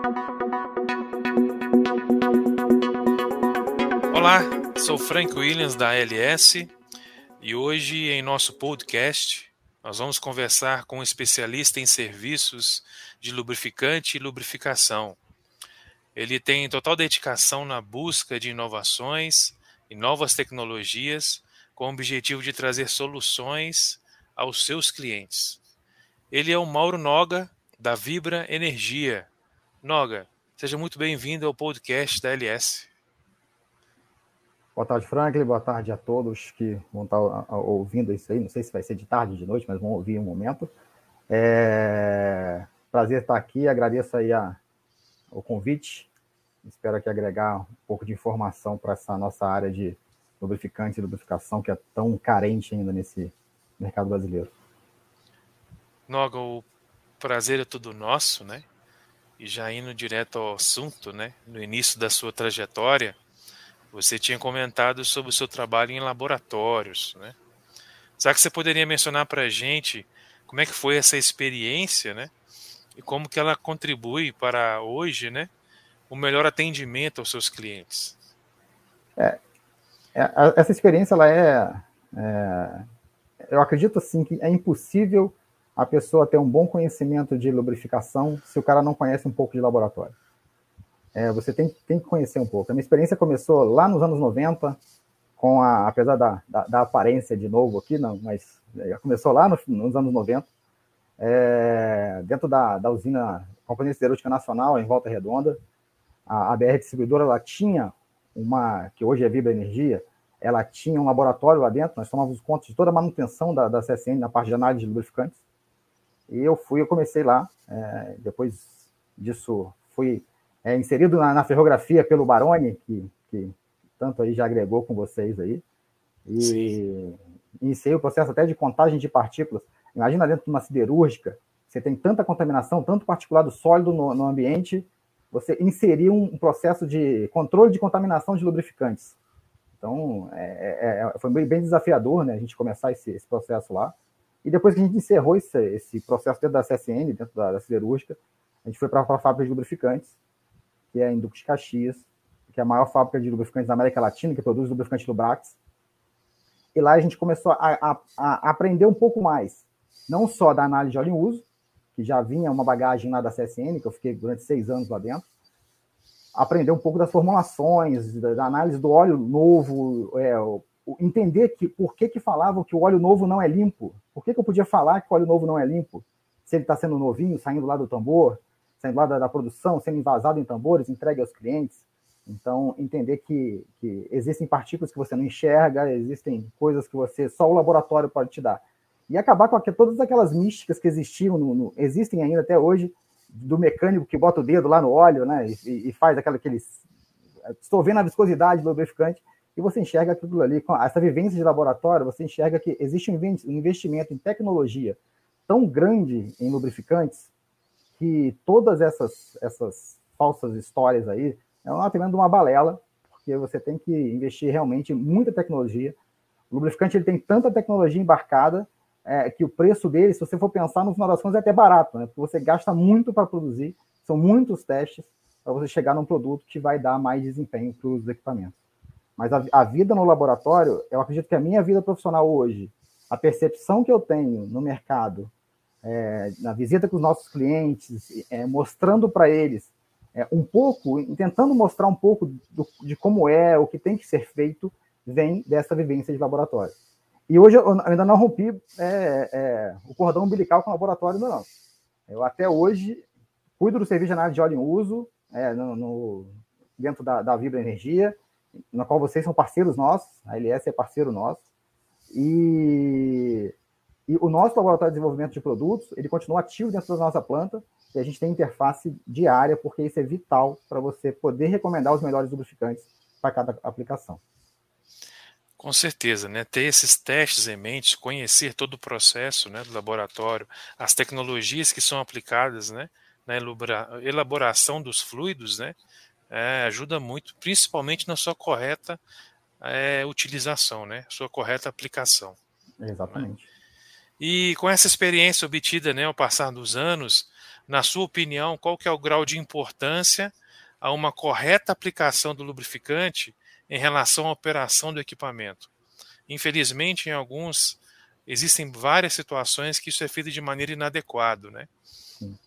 Olá, sou Frank Williams da ALS e hoje em nosso podcast nós vamos conversar com um especialista em serviços de lubrificante e lubrificação. Ele tem total dedicação na busca de inovações e novas tecnologias com o objetivo de trazer soluções aos seus clientes. Ele é o Mauro Noga, da Vibra Energia. Noga, seja muito bem-vindo ao podcast da ALS. Boa tarde, Franklin. Boa tarde a todos que vão estar ouvindo isso aí. Não sei se vai ser de tarde ou de noite, mas vão ouvir um momento. Prazer estar aqui. Agradeço aí o convite. Espero aqui agregar um pouco de informação para essa nossa área de lubrificante e lubrificação que é tão carente ainda nesse mercado brasileiro. Noga, o prazer é todo nosso, né? E já indo direto ao assunto, né? No início da sua trajetória, você tinha comentado sobre o seu trabalho em laboratórios, né? Será que você poderia mencionar para a gente como é que foi essa experiência, né? E como que ela contribui para hoje, né? O melhor atendimento aos seus clientes? Essa experiência, eu acredito assim que é impossível a pessoa ter um bom conhecimento de lubrificação se o cara não conhece um pouco de laboratório. Você tem que conhecer um pouco. A minha experiência começou lá nos anos 90, apesar da aparência de novo aqui, não, mas começou lá nos anos 90, dentro da usina Companhia Siderúrgica Nacional, em Volta Redonda. A BR Distribuidora, ela tinha que hoje é Vibra Energia, ela tinha um laboratório lá dentro, nós tomávamos conta de toda a manutenção da CSN na parte de análise de lubrificantes. E eu comecei lá, depois disso fui inserido na ferrografia pelo Baroni, que tanto aí já agregou com vocês aí, e iniciei o processo até de contagem de partículas. Imagina dentro de uma siderúrgica, você tem tanta contaminação, tanto particulado sólido no ambiente, você inserir um processo de controle de contaminação de lubrificantes. Então, foi bem desafiador, né, a gente começar esse processo lá. E depois que a gente encerrou esse processo dentro da CSN, dentro da siderúrgica, a gente foi para a fábrica de lubrificantes, que é a Indux Caxias, que é a maior fábrica de lubrificantes da América Latina, que produz lubrificante Lubrax. E lá a gente começou a aprender um pouco mais, não só da análise de óleo em uso, que já vinha uma bagagem lá da CSN, que eu fiquei durante 6 anos lá dentro, aprender um pouco das formulações, da análise do óleo novo, entender por que falavam que o óleo novo não é limpo, por que eu podia falar que o óleo novo não é limpo, se ele está sendo novinho, saindo lá do tambor, saindo lá da produção, sendo envasado em tambores, entregue aos clientes. Então, entender que existem partículas que você não enxerga, existem coisas que só o laboratório pode te dar. E acabar com todas aquelas místicas que existiam, existem ainda até hoje, do mecânico que bota o dedo lá no óleo, né, e faz estou vendo a viscosidade do lubrificante, e você enxerga aquilo ali, com essa vivência de laboratório, você enxerga que existe um investimento em tecnologia tão grande em lubrificantes, que todas essas falsas histórias aí é apenas uma balela, porque você tem que investir realmente em muita tecnologia. O lubrificante ele tem tanta tecnologia embarcada que o preço dele, se você for pensar, no final das contas é até barato, né? Porque você gasta muito para produzir, são muitos testes para você chegar num produto que vai dar mais desempenho para os equipamentos. Mas a vida no laboratório, eu acredito que a minha vida profissional hoje, a percepção que eu tenho no mercado, na visita com os nossos clientes, mostrando para eles um pouco, tentando mostrar um pouco de como o que tem que ser feito, vem dessa vivência de laboratório. E hoje eu ainda não rompi o cordão umbilical com o laboratório, não. Eu até hoje cuido do serviço de análise de óleo em uso, dentro da Vibra Energia, na qual vocês são parceiros nossos, a LS é parceiro nosso, e o nosso laboratório de desenvolvimento de produtos, ele continua ativo dentro da nossa planta, e a gente tem interface diária, porque isso é vital para você poder recomendar os melhores lubrificantes para cada aplicação. Com certeza, né? Ter esses testes em mente, conhecer todo o processo, né, do laboratório, as tecnologias que são aplicadas, né, na elaboração dos fluidos, né, ajuda muito, principalmente na sua correta utilização, né, sua correta aplicação. Exatamente. Né? E com essa experiência obtida, né, ao passar dos anos, Na sua opinião, qual que é o grau de importância a uma correta aplicação do lubrificante em relação à operação do equipamento? Infelizmente, em alguns, existem várias situações que isso é feito de maneira inadequada, né? Sim.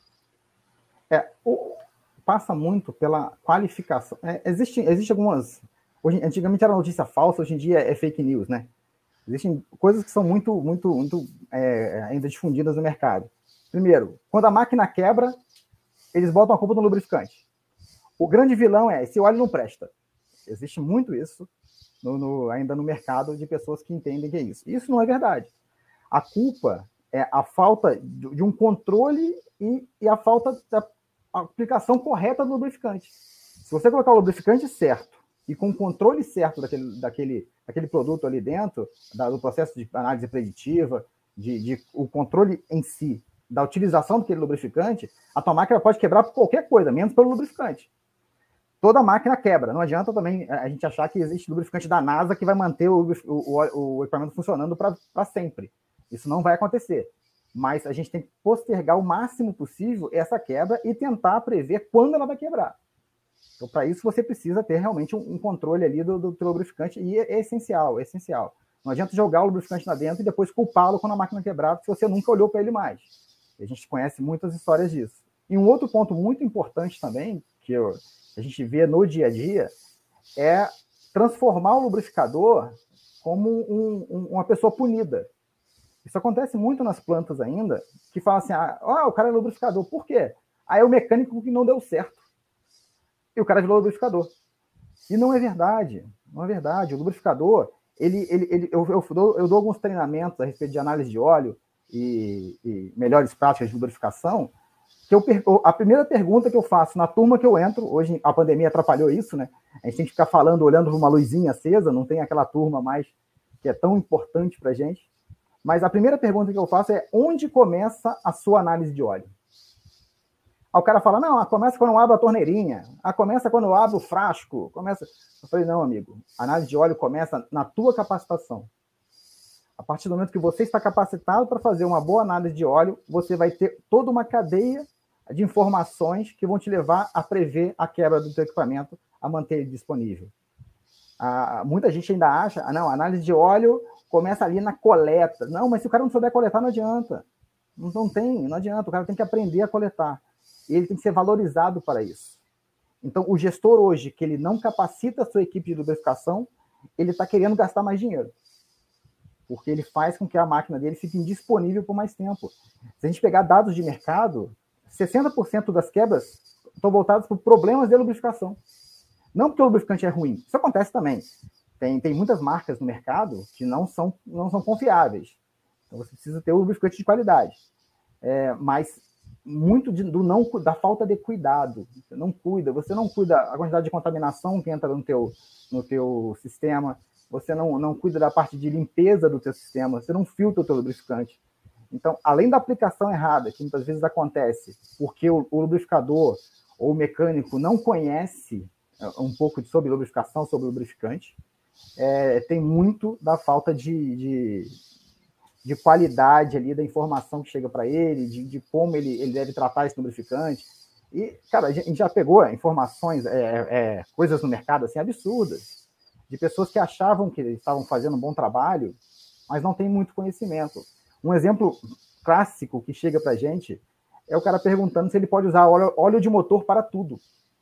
Passa muito pela qualificação. Existe algumas... Antigamente era notícia falsa, hoje em dia é fake news, né? Existem coisas que são muito ainda difundidas no mercado. Primeiro, quando a máquina quebra, eles botam a culpa no lubrificante. O grande vilão é esse óleo não presta. Existe muito isso ainda no mercado de pessoas que entendem que é isso. Isso não é verdade. A culpa é a falta de um controle e a falta da aplicação correta do lubrificante. Se você colocar o lubrificante certo e com o controle certo daquele produto ali dentro, do processo de análise preditiva, o controle em si, da utilização daquele lubrificante, a tua máquina pode quebrar por qualquer coisa, menos pelo lubrificante. Toda máquina quebra. Não adianta também a gente achar que existe lubrificante da NASA que vai manter o equipamento funcionando para sempre. Isso não vai acontecer. Mas a gente tem que postergar o máximo possível essa quebra e tentar prever quando ela vai quebrar. Então, para isso, você precisa ter realmente um controle ali do teu lubrificante, e é essencial, é essencial. Não adianta jogar o lubrificante lá dentro e depois culpá-lo quando a máquina quebrar, se você nunca olhou para ele mais. A gente conhece muitas histórias disso. E um outro ponto muito importante também, que a gente vê no dia a dia, é transformar o lubrificador como uma pessoa punida. Isso acontece muito nas plantas ainda, que falam assim, o cara é lubrificador. Por quê? Aí é o mecânico que não deu certo. E o cara virou lubrificador. E não é verdade. Não é verdade. O lubrificador, eu dou alguns treinamentos a respeito de análise de óleo e melhores práticas de lubrificação, que a primeira pergunta que eu faço na turma que eu entro, hoje a pandemia atrapalhou isso, né? A gente tem que ficar falando, olhando para uma luzinha acesa, não tem aquela turma mais que é tão importante para a gente. Mas a primeira pergunta que eu faço é: onde começa a sua análise de óleo? Aí o cara fala: não, começa quando eu abro a torneirinha, começa quando eu abro o frasco, começa... Eu falei: não, amigo, a análise de óleo começa na tua capacitação. A partir do momento que você está capacitado para fazer uma boa análise de óleo, você vai ter toda uma cadeia de informações que vão te levar a prever a quebra do teu equipamento, a manter ele disponível. Muita gente ainda acha, não, a análise de óleo começa ali na coleta. Não, mas se o cara não souber coletar, não adianta. Não adianta, o cara tem que aprender a coletar. E ele tem que ser valorizado para isso. Então, o gestor hoje, que ele não capacita a sua equipe de lubrificação, ele está querendo gastar mais dinheiro. Porque ele faz com que a máquina dele fique indisponível por mais tempo. Se a gente pegar dados de mercado, 60% das quebras estão voltadas por problemas de lubrificação. Não porque o lubrificante é ruim. Isso acontece também. Tem muitas marcas no mercado que não são confiáveis. Então, você precisa ter o lubrificante de qualidade. Mas muito da falta de cuidado. Você não cuida a quantidade de contaminação que entra no teu sistema, você não cuida da parte de limpeza do teu sistema, você não filtra o teu lubrificante. Então, além da aplicação errada, que muitas vezes acontece porque o lubrificador ou o mecânico não conhece um pouco sobre lubrificação, sobre lubrificante, tem muito da falta de qualidade ali da informação que chega para ele, de como ele deve tratar esse lubrificante. E, cara, a gente já pegou informações, coisas no mercado assim absurdas, de pessoas que achavam que estavam fazendo um bom trabalho, mas não tem muito conhecimento. Um exemplo clássico que chega para a gente é o cara perguntando se ele pode usar óleo de motor para tudo.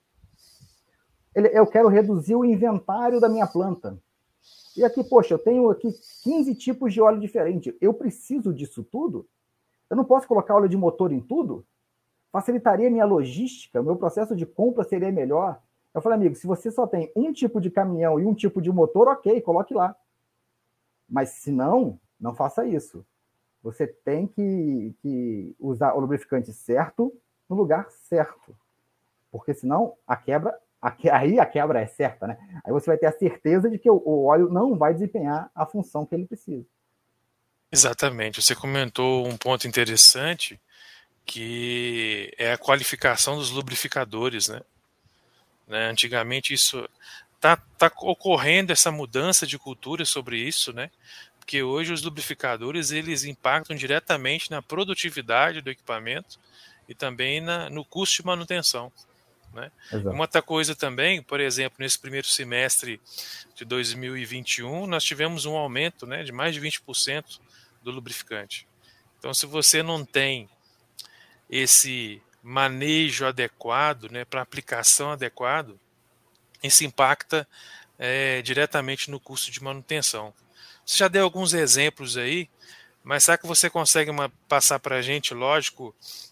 Eu quero reduzir o inventário da minha planta. E aqui, poxa, eu tenho aqui 15 tipos de óleo diferentes. Eu preciso disso tudo? Eu não posso colocar óleo de motor em tudo? Facilitaria a minha logística? O meu processo de compra seria melhor? Eu falei, amigo, se você só tem um tipo de caminhão e um tipo de motor, ok, coloque lá. Mas se não, não faça isso. Você tem que usar o lubrificante certo no lugar certo. Porque senão aí a quebra é certa, né? Aí você vai ter a certeza de que o óleo não vai desempenhar a função que ele precisa. Exatamente. Você comentou um ponto interessante, que é a qualificação dos lubrificadores, né? Antigamente isso tá ocorrendo, essa mudança de cultura sobre isso, né? Porque hoje os lubrificadores eles impactam diretamente na produtividade do equipamento e também no custo de manutenção, né? Exato. Uma outra coisa também, por exemplo, nesse primeiro semestre de 2021, nós tivemos um aumento, né, de mais de 20% do lubrificante. Então, se você não tem esse manejo adequado, né, para aplicação adequado, isso impacta diretamente no custo de manutenção. Você já deu alguns exemplos aí, mas será que você consegue passar para a gente, lógico,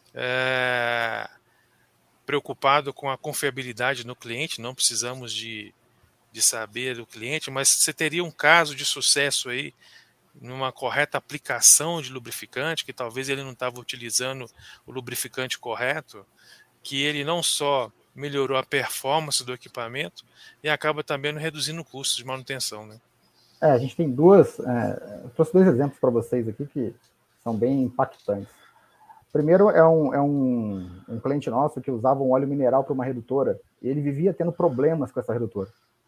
preocupado com a confiabilidade no cliente, não precisamos de saber do cliente, mas você teria um caso de sucesso aí, numa correta aplicação de lubrificante, que talvez ele não estava utilizando o lubrificante correto, que ele não só melhorou a performance do equipamento e acaba também reduzindo o custo de manutenção, né? A gente tem eu trouxe 2 exemplos para vocês aqui que são bem impactantes. Primeiro é um cliente nosso que usava um óleo mineral para uma redutora e ele vivia tendo problemas com essa redutora.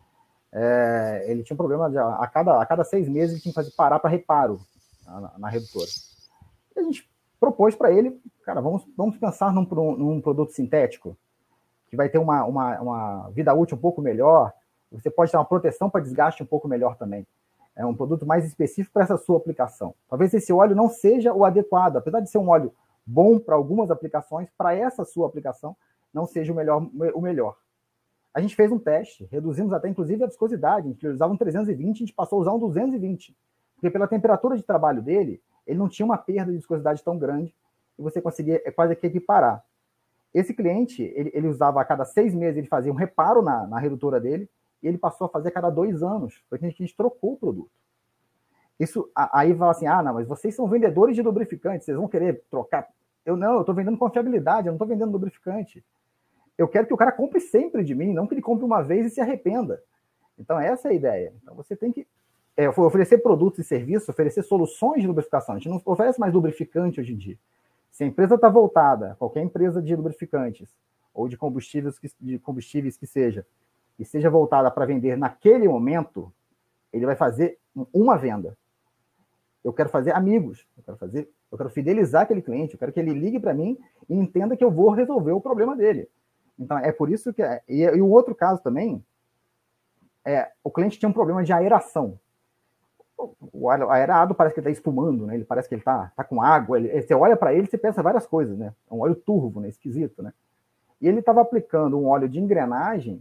Ele tinha um problema a cada 6 meses ele tinha que parar para reparo na redutora. E a gente propôs para ele, cara, vamos pensar num produto sintético que vai ter uma vida útil um pouco melhor, você pode ter uma proteção para desgaste um pouco melhor também. É um produto mais específico para essa sua aplicação. Talvez esse óleo não seja o adequado, apesar de ser um óleo bom para algumas aplicações, para essa sua aplicação não seja o melhor. A gente fez um teste, reduzimos até inclusive a viscosidade, a gente usava um 320, a gente passou a usar um 220, porque pela temperatura de trabalho dele, ele não tinha uma perda de viscosidade tão grande e você conseguia quase que equiparar. Esse cliente, ele usava a cada 6 meses, ele fazia um reparo na redutora dele, e ele passou a fazer a cada 2 anos, porque a gente trocou o produto. Isso, aí fala assim, não, mas vocês são vendedores de lubrificante, vocês vão querer trocar? Eu estou vendendo confiabilidade, eu não estou vendendo lubrificante. Eu quero que o cara compre sempre de mim, não que ele compre uma vez e se arrependa. Então, essa é a ideia. Então, você tem que oferecer produtos e serviços, oferecer soluções de lubrificação. A gente não oferece mais lubrificante hoje em dia. Se a empresa está voltada, qualquer empresa de lubrificantes ou de combustíveis que seja, e seja voltada para vender naquele momento, ele vai fazer uma venda. Eu quero fazer amigos, eu quero fidelizar aquele cliente, eu quero que ele ligue para mim e entenda que eu vou resolver o problema dele. Então, é por isso que... E o outro caso também, o cliente tinha um problema de aeração. O aerado parece que ele está espumando, né? Ele parece que ele está com água. Você olha para ele e você pensa várias coisas, né? É um óleo turvo, né? Esquisito, né? E ele estava aplicando um óleo de engrenagem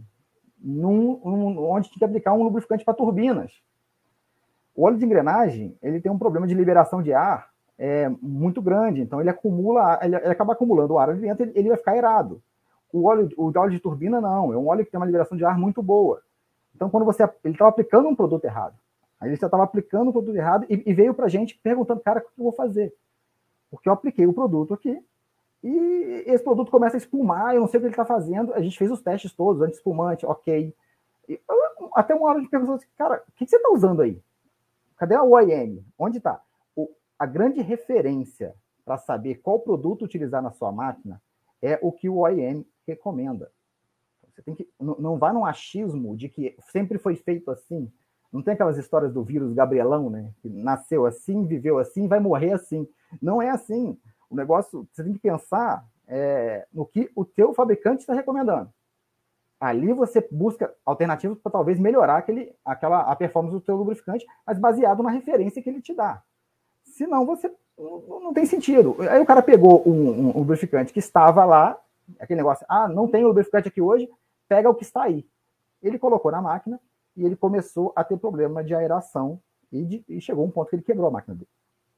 onde tinha que aplicar um lubrificante para turbinas. O óleo de engrenagem, ele tem um problema de liberação de ar muito grande, então ele acaba acumulando o ar ali dentro, ele vai ficar aerado. O óleo de turbina não, é um óleo que tem uma liberação de ar muito boa. Então, ele estava aplicando um produto errado. Aí ele já estava aplicando o produto errado e veio para a gente perguntando, cara, o que eu vou fazer? Porque eu apliquei o produto aqui e esse produto começa a espumar, eu não sei o que ele está fazendo. A gente fez os testes todos, anti-espumante, ok. Até uma hora a gente perguntou assim, cara, o que você está usando aí? Cadê a OEM? Onde está? A grande referência para saber qual produto utilizar na sua máquina é o que o OEM recomenda. Você tem que, não vá num achismo de que sempre foi feito assim. Não tem aquelas histórias do vírus Gabrielão, né? Que nasceu assim, viveu assim, vai morrer assim. Não é assim. O negócio, você tem que pensar no que o teu fabricante está recomendando. Ali você busca alternativas para talvez melhorar a performance do teu lubrificante, mas baseado na referência que ele te dá. Senão você não tem sentido. Aí o cara pegou um lubrificante que estava lá, aquele negócio, não tem lubrificante aqui hoje, pega o que está aí. Ele colocou na máquina e ele começou a ter problema de aeração e chegou a um ponto que ele quebrou a máquina dele.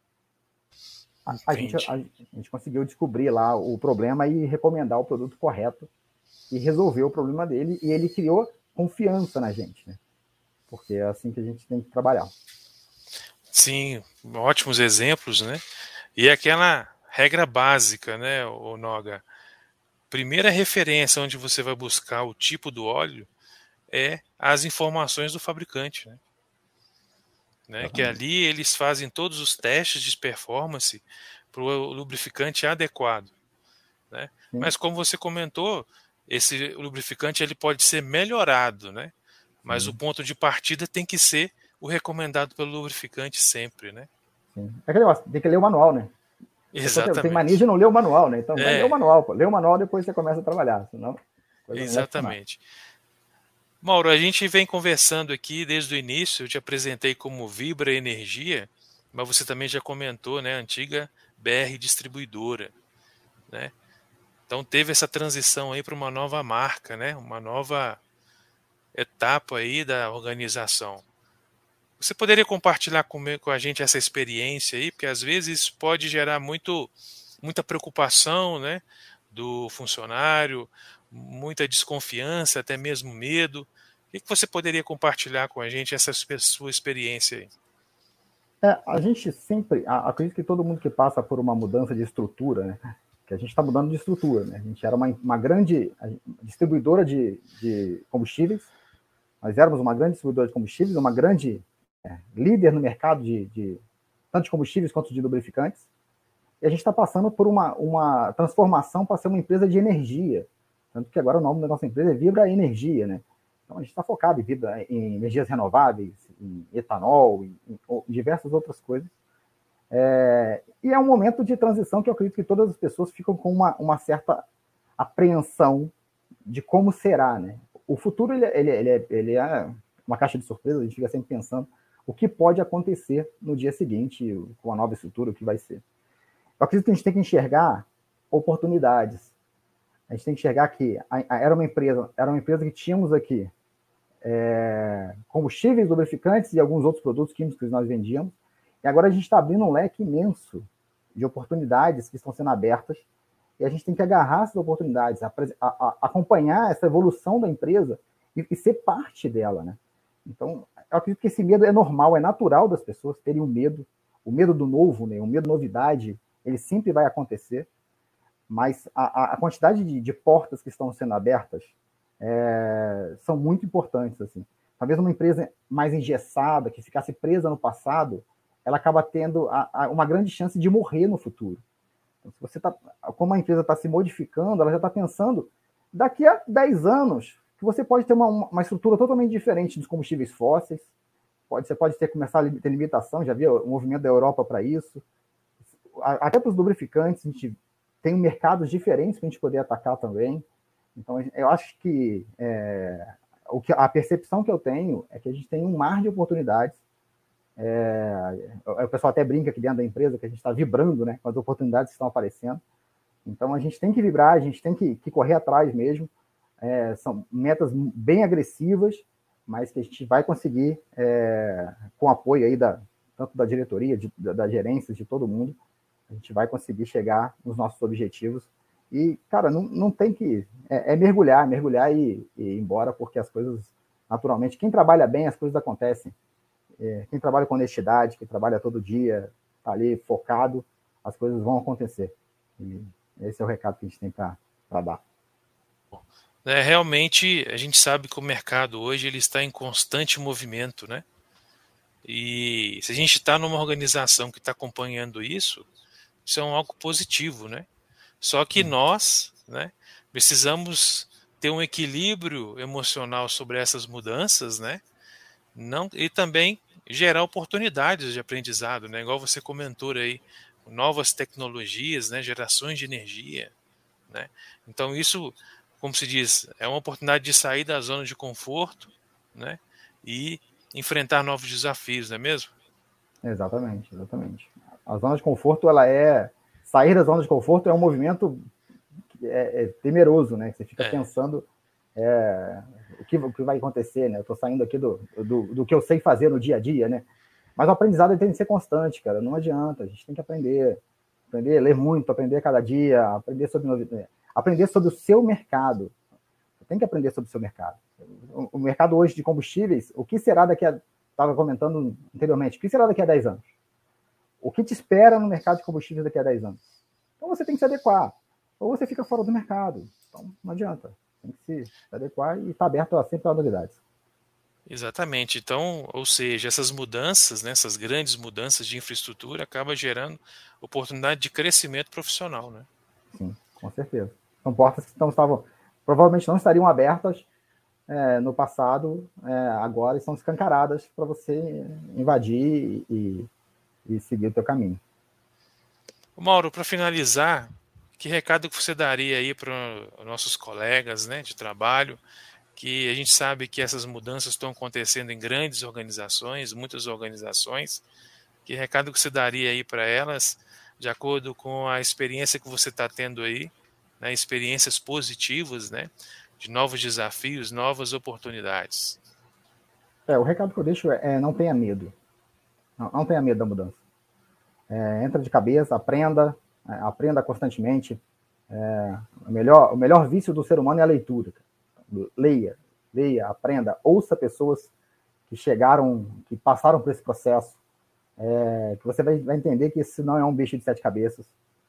A gente conseguiu descobrir lá o problema e recomendar o produto correto e resolver o problema dele, e ele criou confiança na gente, né? Porque é assim que a gente tem que trabalhar. Sim, ótimos exemplos, né? E aquela regra básica, né, Noga? Primeira referência onde você vai buscar o tipo do óleo é as informações do fabricante, né? Que ali eles fazem todos os testes de performance para o lubrificante adequado, né? Mas como você comentou, esse lubrificante ele pode ser melhorado, né? Mas o ponto de partida tem que ser o recomendado pelo lubrificante sempre, né? Sim. É aquele negócio, tem que ler o manual, né? A pessoa tem mania de não ler o manual, né? Então, vai ler o manual, pô. Lê o manual, depois você começa a trabalhar, senão... Exatamente. Mauro, a gente vem conversando aqui desde o início, eu te apresentei como Vibra Energia, mas você também já comentou, né, a antiga BR Distribuidora, né? Então teve essa transição aí para uma nova marca, né? Uma nova etapa aí da organização. Você poderia compartilhar com a gente essa experiência aí, porque às vezes pode gerar muita preocupação, né, do funcionário, muita desconfiança, até mesmo medo. O que você poderia compartilhar com a gente essa sua experiência aí? A gente sempre, acredito que todo mundo que passa por uma mudança de estrutura, né, que a gente está mudando de estrutura, né, a gente era uma grande distribuidora de combustíveis, nós éramos uma grande distribuidora de combustíveis, uma grande líder no mercado tanto de combustíveis quanto de lubrificantes, e a gente está passando por uma transformação para ser uma empresa de energia, tanto que agora o nome da nossa empresa é Vibra Energia, né? Então a gente está focado em energias renováveis, em etanol, em diversas outras coisas. E é um momento de transição que eu acredito que todas as pessoas ficam com uma certa apreensão de como será, né? O futuro ele é uma caixa de surpresas, a gente fica sempre pensando o que pode acontecer no dia seguinte com a nova estrutura, o que vai ser. Eu acredito que a gente tem que enxergar oportunidades. A gente tem que enxergar que era uma empresa que tínhamos aqui combustíveis, lubrificantes e alguns outros produtos químicos que nós vendíamos. E agora a gente está abrindo um leque imenso de oportunidades que estão sendo abertas e a gente tem que agarrar essas oportunidades, acompanhar essa evolução da empresa e ser parte dela, né? Então, eu acredito que esse medo é normal, é natural das pessoas terem o medo do novo, né? O medo da novidade, ele sempre vai acontecer, mas a quantidade de portas que estão sendo abertas são muito importantes, assim. Talvez uma empresa mais engessada, que ficasse presa no passado, ela acaba tendo uma grande chance de morrer no futuro. Então, se você como a empresa está se modificando, ela já está pensando daqui a 10 anos que você pode ter uma estrutura totalmente diferente dos combustíveis fósseis, você pode começar a ter limitação, já viu o movimento da Europa para isso, até para os lubrificantes, a gente tem mercados diferentes para a gente poder atacar também. Então, eu acho que a percepção que eu tenho é que a gente tem um mar de oportunidades. O pessoal até brinca aqui dentro da empresa que a gente está vibrando, né, com as oportunidades que estão aparecendo. Então, a gente tem que vibrar, a gente tem que correr atrás mesmo. São metas bem agressivas, mas que a gente vai conseguir, com apoio aí tanto da diretoria, da gerência, de todo mundo, a gente vai conseguir chegar nos nossos objetivos. E, cara, não tem que... mergulhar e ir embora, porque as coisas, naturalmente, quem trabalha bem, as coisas acontecem. Quem trabalha com honestidade, quem trabalha todo dia, está ali focado, as coisas vão acontecer. E esse é o recado que a gente tem para dar. Realmente, a gente sabe que o mercado hoje ele está em constante movimento, né? E se a gente está numa organização que está acompanhando isso é algo positivo, né? Só que nós, né, precisamos ter um equilíbrio emocional sobre essas mudanças, né? E também gerar oportunidades de aprendizado, né? Igual você comentou aí, novas tecnologias, né? Gerações de energia, né? Então isso, como se diz, é uma oportunidade de sair da zona de conforto, né? E enfrentar novos desafios, não é mesmo? Exatamente. A zona de conforto, sair da zona de conforto é um movimento temeroso, né? Você fica pensando o que vai acontecer, né? Eu estou saindo aqui do que eu sei fazer no dia a dia, né? Mas o aprendizado tem que ser constante, cara. Não adianta, a gente tem que aprender, ler muito, aprender cada dia, aprender sobre o seu mercado. Você tem que aprender sobre o seu mercado. O mercado hoje de combustíveis, o que será estava comentando anteriormente, o que será daqui a 10 anos? O que te espera no mercado de combustíveis daqui a 10 anos? Então você tem que se adequar. Ou você fica fora do mercado. Então não adianta. Tem que se adequar e estar aberto sempre a novidades. Exatamente. Então, ou seja, essas mudanças, né, essas grandes mudanças de infraestrutura acabam gerando oportunidade de crescimento profissional, né? Sim, com certeza. São portas que provavelmente não estariam abertas no passado, agora estão escancaradas para você invadir e seguir o teu caminho. Mauro, para finalizar, que recado que você daria aí para nossos colegas, né, de trabalho, que a gente sabe que essas mudanças estão acontecendo em grandes organizações, muitas organizações. Que recado que você daria aí para elas, de acordo com a experiência que você está tendo aí, né, experiências positivas, né, de novos desafios, novas oportunidades? O recado que eu deixo é não tenha medo. Não tenha medo da mudança. Entra de cabeça, aprenda constantemente. O melhor vício do ser humano é a leitura. Leia, aprenda, ouça pessoas que chegaram, que passaram por esse processo, que você vai entender que isso não é um bicho de 7 cabeças.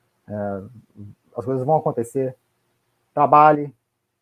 As coisas vão acontecer. Trabalhe,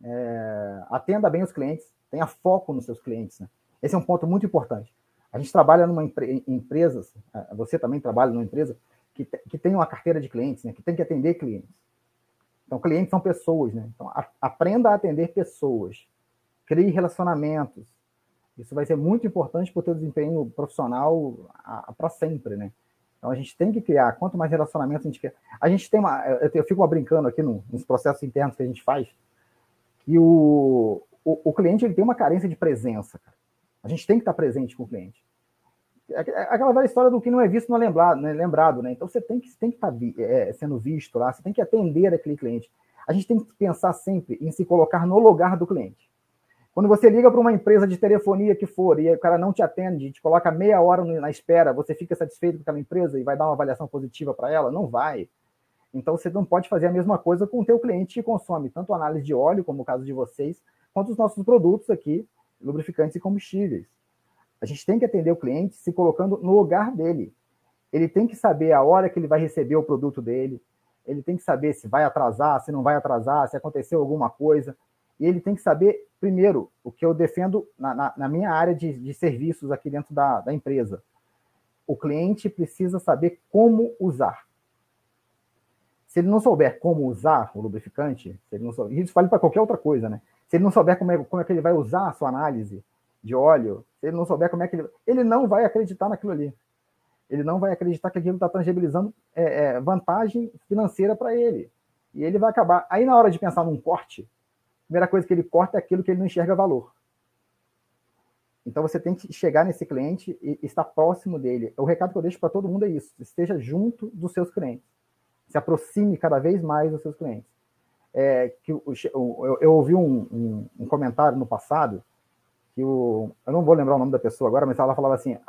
atenda bem os clientes, tenha foco nos seus clientes, né? Esse é um ponto muito importante. A gente trabalha em empresas, você também trabalha numa empresa que tem uma carteira de clientes, né, que tem que atender clientes. Então, clientes são pessoas, né? Então, aprenda a atender pessoas. Crie relacionamentos. Isso vai ser muito importante para o teu desempenho profissional para sempre, né? Então, a gente tem que criar. Quanto mais relacionamentos a gente quer. A gente tem eu fico brincando aqui nos processos internos que a gente faz, que o cliente ele tem uma carência de presença, cara. A gente tem que estar presente com o cliente. Aquela velha história do que não é visto não é lembrado, né? Então você tem que estar sendo visto lá, você tem que atender aquele cliente. A gente tem que pensar sempre em se colocar no lugar do cliente. Quando você liga para uma empresa de telefonia que for e o cara não te atende, te coloca meia hora na espera, você fica satisfeito com aquela empresa e vai dar uma avaliação positiva para ela? Não vai. Então você não pode fazer a mesma coisa com o teu cliente que consome tanto análise de óleo, como o caso de vocês, quanto os nossos produtos aqui, lubrificantes e combustíveis. A gente tem que atender o cliente se colocando no lugar dele. Ele tem que saber a hora que ele vai receber o produto dele, ele tem que saber se vai atrasar, se não vai atrasar, se aconteceu alguma coisa. E ele tem que saber, primeiro, o que eu defendo na minha área de serviços aqui dentro da empresa. O cliente precisa saber como usar. Se ele não souber como usar o lubrificante, se ele não souber, isso vale para qualquer outra coisa, né? Se ele não souber como é que ele vai usar a sua análise de óleo, se ele não souber como é que ele não vai acreditar naquilo ali. Ele não vai acreditar que aquilo está tangibilizando vantagem financeira para ele. E ele vai acabar. Aí, na hora de pensar num corte, a primeira coisa que ele corta é aquilo que ele não enxerga valor. Então, você tem que chegar nesse cliente e estar próximo dele. O recado que eu deixo para todo mundo é isso. Esteja junto dos seus clientes. Se aproxime cada vez mais dos seus clientes. Eu ouvi um comentário no passado, que eu não vou lembrar o nome da pessoa agora, mas ela falava assim,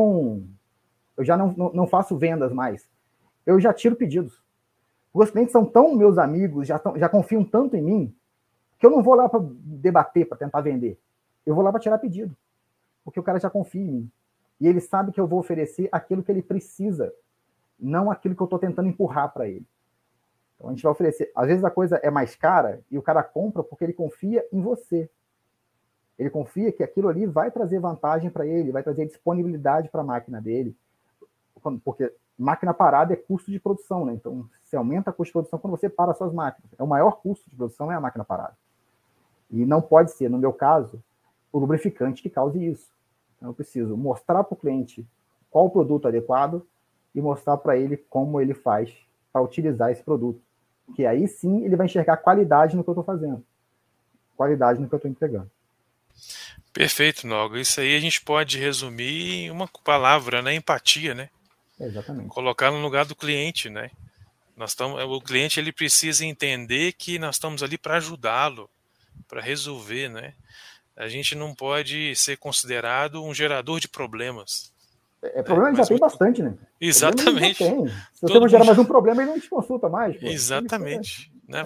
eu já não faço vendas mais. Eu já tiro pedidos. Os clientes são tão meus amigos, já confiam tanto em mim, que eu não vou lá para debater, para tentar vender. Eu vou lá para tirar pedido. Porque o cara já confia em mim. E ele sabe que eu vou oferecer aquilo que ele precisa, não aquilo que eu estou tentando empurrar para ele. Então a gente vai oferecer. Às vezes a coisa é mais cara e o cara compra porque ele confia em você. Ele confia que aquilo ali vai trazer vantagem para ele, vai trazer disponibilidade para a máquina dele. Porque máquina parada é custo de produção, né? Então, você aumenta a custo de produção quando você para as suas máquinas. O maior custo de produção é a máquina parada. E não pode ser, no meu caso, o lubrificante que cause isso. Então, eu preciso mostrar para o cliente qual o produto adequado e mostrar para ele como ele faz para utilizar esse produto. Que aí sim ele vai enxergar qualidade no que eu estou fazendo. Qualidade no que eu estou entregando. Perfeito, Noga. Isso aí a gente pode resumir em uma palavra, né? Empatia, né? Exatamente. Colocar no lugar do cliente, né? O cliente ele precisa entender que nós estamos ali para ajudá-lo, para resolver, né? A gente não pode ser considerado um gerador de problemas. Problema ele já tem bastante, né? Exatamente. Se você não gera mais um problema, ele não te consulta mais. Pô. Exatamente. Né?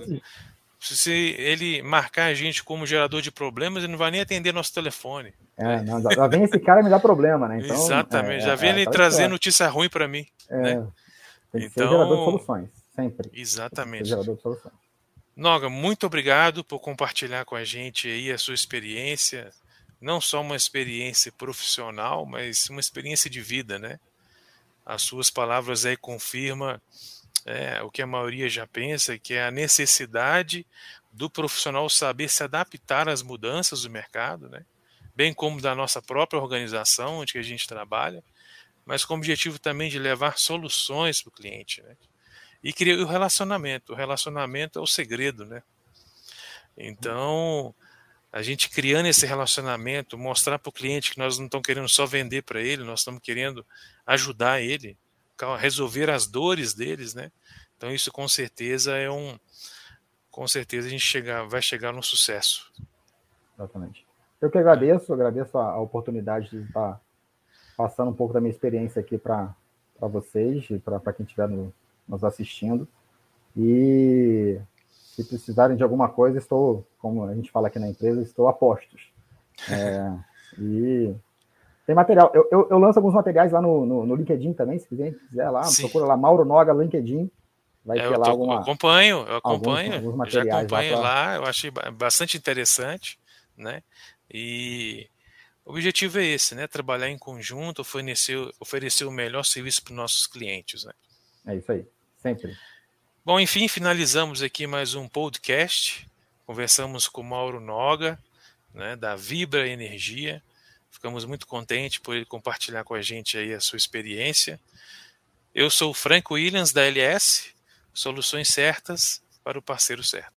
Se ele marcar a gente como gerador de problemas, ele não vai nem atender nosso telefone. Não, já vem esse cara me dar problema, né? Então, exatamente. Já vem ele trazer notícia ruim para mim. Né? Tem que ser gerador de soluções, sempre. Exatamente. Gerador de soluções. Noga, muito obrigado por compartilhar com a gente aí a sua experiência, não só uma experiência profissional, mas uma experiência de vida, né? As suas palavras aí confirmam o que a maioria já pensa, que é a necessidade do profissional saber se adaptar às mudanças do mercado, né? Bem como da nossa própria organização onde a gente trabalha, mas com o objetivo também de levar soluções para o cliente, né? E criar o relacionamento. O relacionamento é o segredo, né? Então, a gente criando esse relacionamento, mostrar para o cliente que nós não estamos querendo só vender para ele, nós estamos querendo ajudar ele, resolver as dores deles, né? Então isso com certeza com certeza a gente vai chegar no sucesso. Exatamente. Eu que agradeço a oportunidade de estar passando um pouco da minha experiência aqui para vocês e para quem estiver nos assistindo. E se precisarem de alguma coisa, estou, como a gente fala aqui na empresa, estou a postos. E tem material. Eu lanço alguns materiais lá no LinkedIn também, se quiser lá. Sim. Procura lá, Mauro Noga, LinkedIn. Vai ter lá eu acompanho. Alguns materiais. Eu já acompanho lá, eu achei bastante interessante, né? E o objetivo é esse, né? Trabalhar em conjunto, oferecer o melhor serviço para os nossos clientes, né? É isso aí, sempre. Bom, enfim, finalizamos aqui mais um podcast. Conversamos com o Mauro Noga, né, da Vibra Energia. Ficamos muito contentes por ele compartilhar com a gente aí a sua experiência. Eu sou o Franco Williams, da LS, soluções certas para o parceiro certo.